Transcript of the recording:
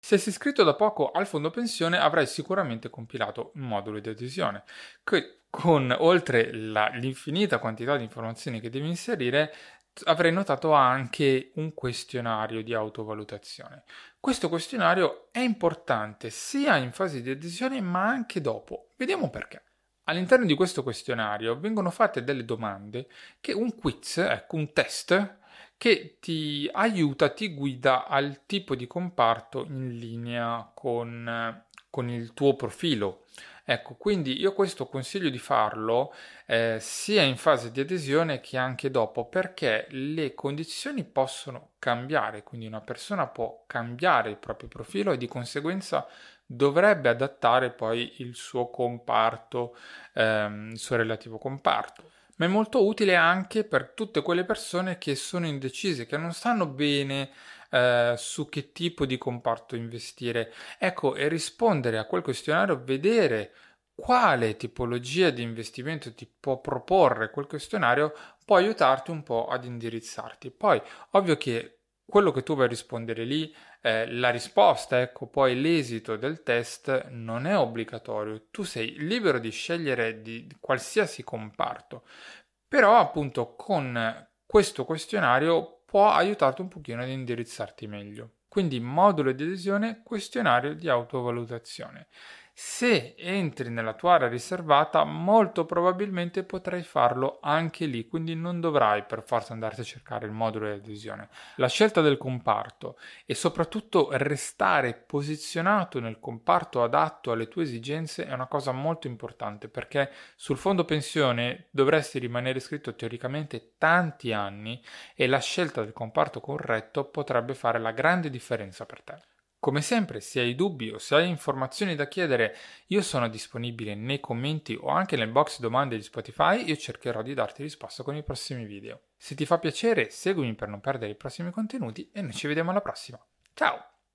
Se sei iscritto da poco al fondo pensione avrai sicuramente compilato un modulo di adesione, che con oltre l'infinita quantità di informazioni che devi inserire, avrai notato anche un questionario di autovalutazione. Questo questionario è importante sia in fase di adesione ma anche dopo. Vediamo perché. All'interno di questo questionario vengono fatte delle domande che un quiz, ecco, un test che ti aiuta, ti guida al tipo di comparto in linea con il tuo profilo. Ecco, quindi io questo consiglio di farlo sia in fase di adesione che anche dopo, perché le condizioni possono cambiare, quindi una persona può cambiare il proprio profilo e di conseguenza dovrebbe adattare poi il suo comparto, il suo relativo comparto, ma è molto utile anche per tutte quelle persone che sono indecise, che non sanno bene su che tipo di comparto investire. Ecco, e rispondere a quel questionario, vedere quale tipologia di investimento ti può proporre quel questionario, può aiutarti un po' ad indirizzarti. Poi, ovvio che quello che tu vai a rispondere lì, la risposta, ecco, poi l'esito del test non è obbligatorio, tu sei libero di scegliere di qualsiasi comparto. Però appunto con questo questionario può aiutarti un pochino ad indirizzarti meglio. Quindi modulo di adesione, questionario di autovalutazione. Se entri nella tua area riservata, molto probabilmente potrai farlo anche lì, quindi non dovrai per forza andarti a cercare il modulo di adesione. La scelta del comparto e soprattutto restare posizionato nel comparto adatto alle tue esigenze è una cosa molto importante, perché sul fondo pensione dovresti rimanere iscritto teoricamente tanti anni e la scelta del comparto corretto potrebbe fare la grande differenza per te. Come sempre, se hai dubbi o se hai informazioni da chiedere, io sono disponibile nei commenti o anche nel box domande di Spotify, io cercherò di darti risposta con i prossimi video. Se ti fa piacere, seguimi per non perdere i prossimi contenuti e noi ci vediamo alla prossima. Ciao!